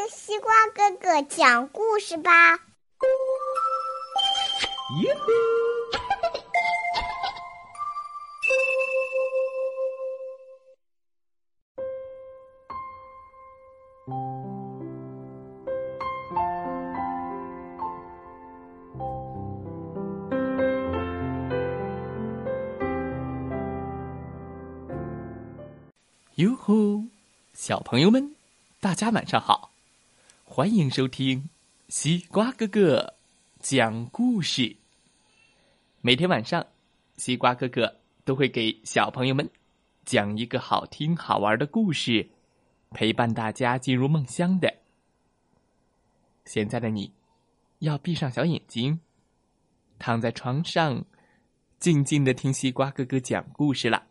西瓜哥哥讲故事吧。 耶嘿！哟吼，小朋友们，大家晚上好，欢迎收听西瓜哥哥讲故事。每天晚上，西瓜哥哥都会给小朋友们讲一个好听好玩的故事，陪伴大家进入梦乡的。现在的你，要闭上小眼睛，躺在床上，静静地听西瓜哥哥讲故事了。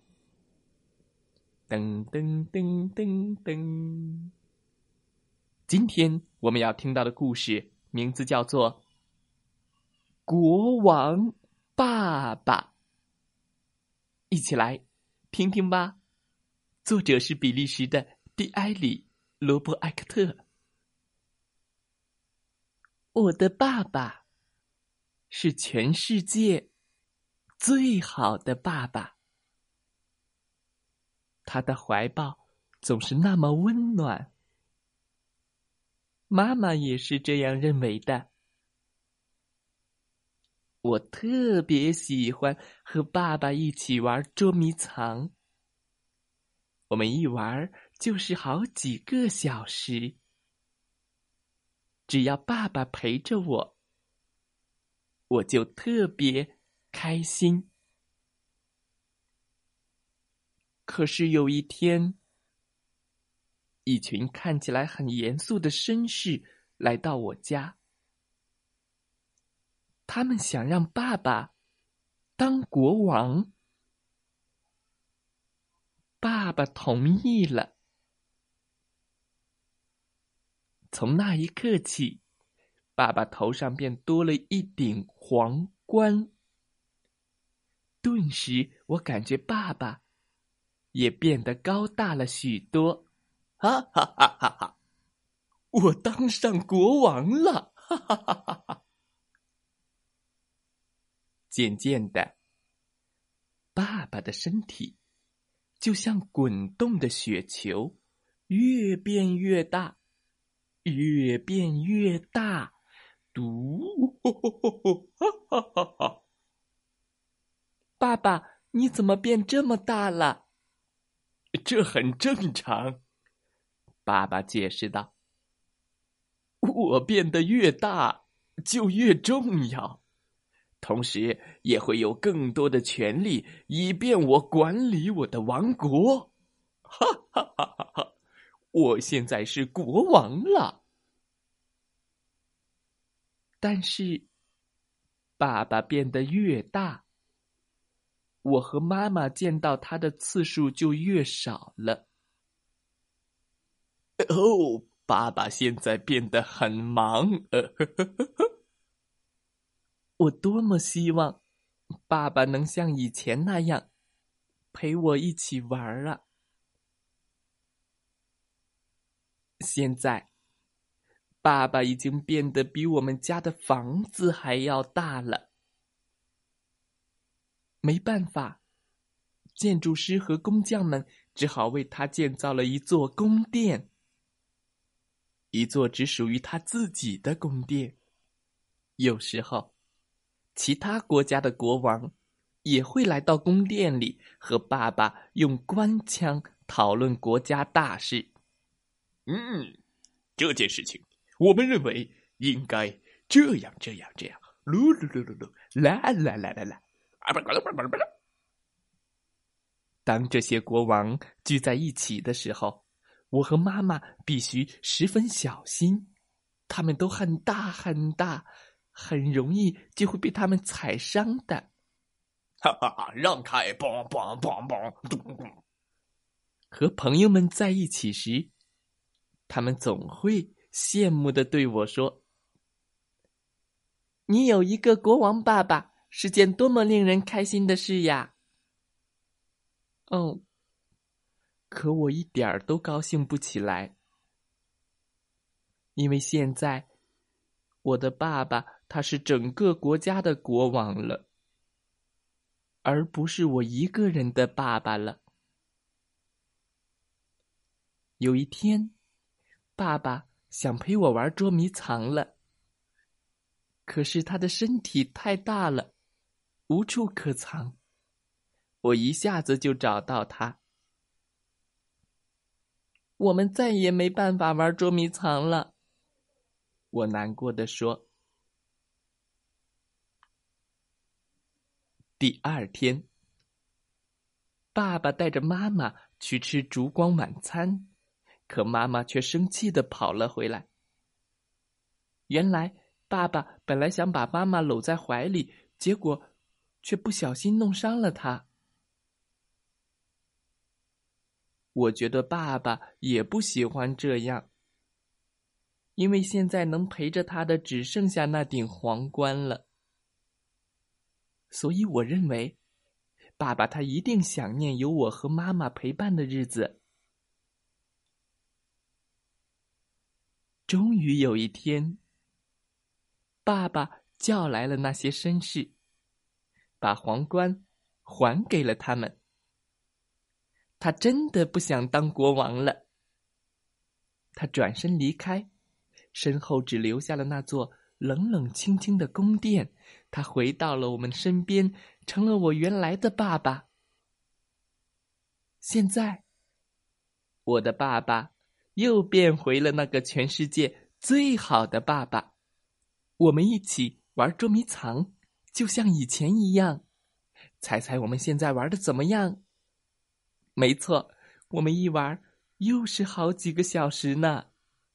噔噔噔噔噔！今天我们要听到的故事名字叫做《国王爸爸》，一起来听听吧。作者是比利时的蒂埃里·罗伯埃克特。我的爸爸是全世界最好的爸爸。他的怀抱总是那么温暖，妈妈也是这样认为的。我特别喜欢和爸爸一起玩捉迷藏，我们一玩就是好几个小时。只要爸爸陪着我，我就特别开心。可是有一天，一群看起来很严肃的绅士来到我家，他们想让爸爸当国王。爸爸同意了。从那一刻起，爸爸头上便多了一顶皇冠。顿时，我感觉爸爸也变得高大了许多。哈哈哈哈哈！我当上国王了！哈哈哈哈哈！渐渐的，爸爸的身体就像滚动的雪球，越变越大，越变越大。嘟！哈哈哈哈！爸爸，你怎么变这么大了？这很正常，爸爸解释道。我变得越大，就越重要，同时也会有更多的权利，以便我管理我的王国。哈哈哈哈哈！我现在是国王了。但是，爸爸变得越大，我和妈妈见到他的次数就越少了。哦，爸爸现在变得很忙。我多么希望爸爸能像以前那样陪我一起玩啊！现在，爸爸已经变得比我们家的房子还要大了。没办法，建筑师和工匠们只好为他建造了一座宫殿，一座只属于他自己的宫殿。有时候，其他国家的国王也会来到宫殿里，和爸爸用官腔讨论国家大事。这件事情，我们认为应该这样。噜噜噜噜噜，啦啦啦啦啦。当这些国王聚在一起的时候，我和妈妈必须十分小心，他们都很大很大，很容易就会被他们踩伤的。哈哈哈！让开！梆梆梆梆！咚咚。和朋友们在一起时，他们总会羡慕地对我说：“你有一个国王爸爸，是件多么令人开心的事呀！”哦，可我一点儿都高兴不起来。 因为现在我的爸爸他是整个国家的国王了，而不是我一个人的爸爸了。有一天，爸爸想陪我玩捉迷藏了，可是他的身体太大了，无处可藏，我一下子就找到他。我们再也没办法玩捉迷藏了，我难过地说。第二天，爸爸带着妈妈去吃烛光晚餐，可妈妈却生气地跑了回来。原来爸爸本来想把妈妈搂在怀里，结果却不小心弄伤了她。我觉得爸爸也不喜欢这样，因为现在能陪着他的只剩下那顶皇冠了。所以我认为，爸爸他一定想念有我和妈妈陪伴的日子。终于有一天，爸爸叫来了那些绅士，把皇冠还给了他们。他真的不想当国王了。他转身离开，身后只留下了那座冷冷清清的宫殿。他回到了我们身边，成了我原来的爸爸。现在，我的爸爸又变回了那个全世界最好的爸爸。我们一起玩捉迷藏，就像以前一样。猜猜我们现在玩的怎么样？没错，我们一玩又是好几个小时呢。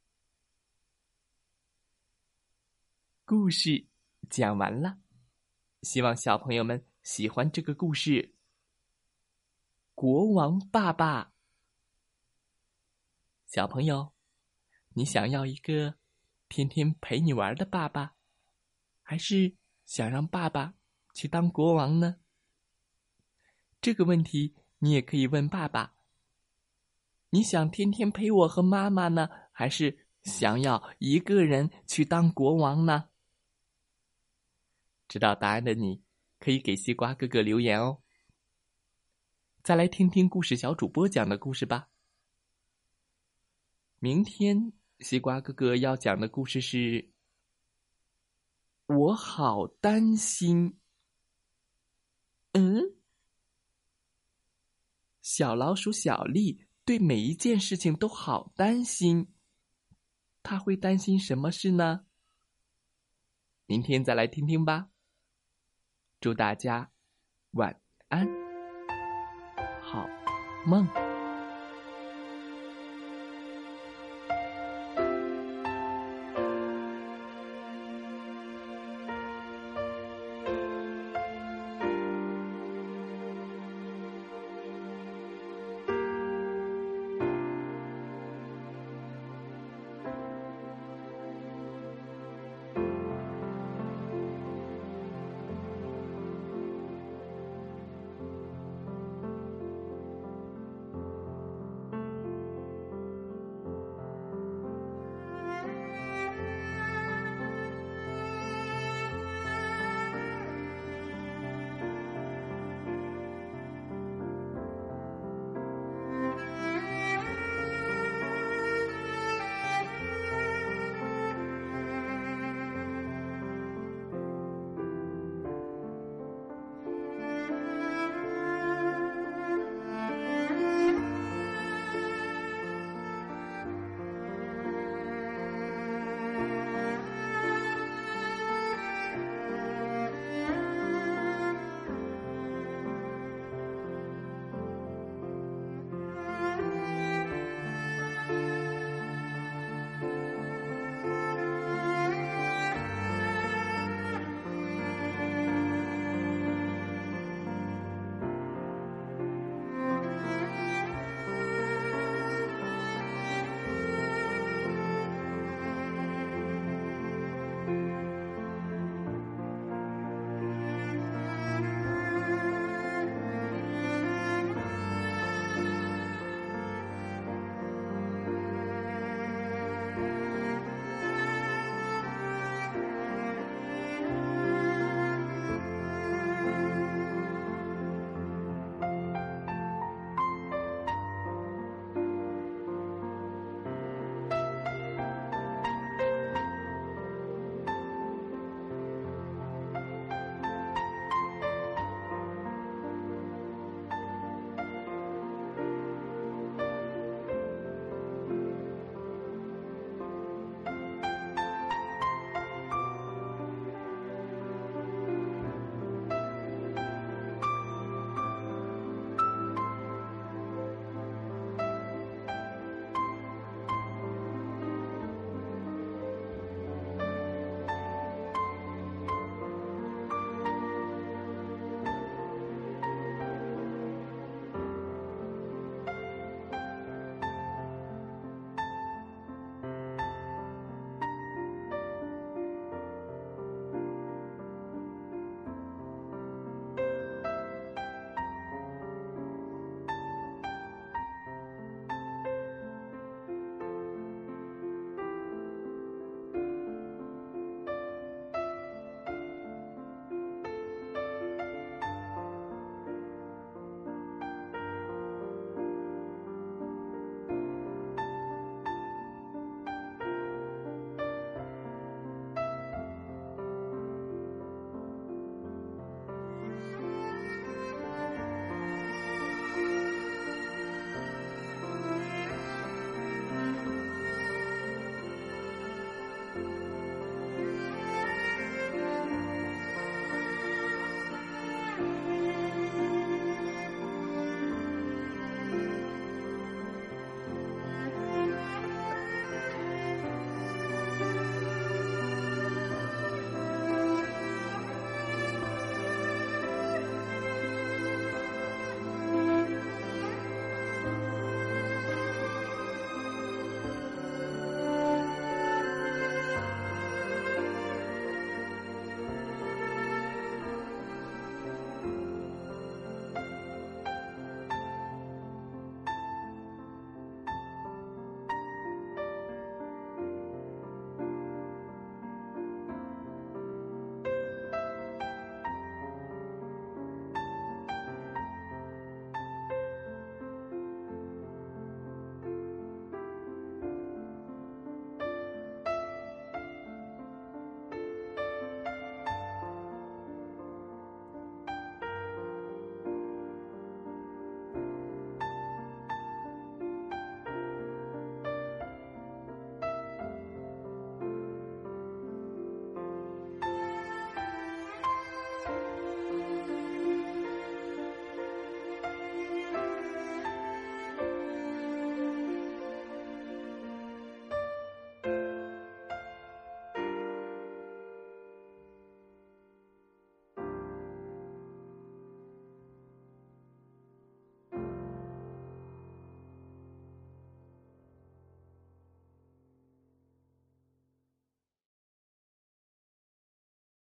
故事讲完了，希望小朋友们喜欢这个故事。国王爸爸，小朋友，你想要一个天天陪你玩的爸爸，还是想让爸爸去当国王呢？这个问题你也可以问爸爸。你想天天陪我和妈妈呢，还是想要一个人去当国王呢？知道答案的你，可以给西瓜哥哥留言哦。再来听听故事小主播讲的故事吧。明天西瓜哥哥要讲的故事是我好担心。小老鼠小丽对每一件事情都好担心，她会担心什么事呢？明天再来听听吧。祝大家晚安，好梦。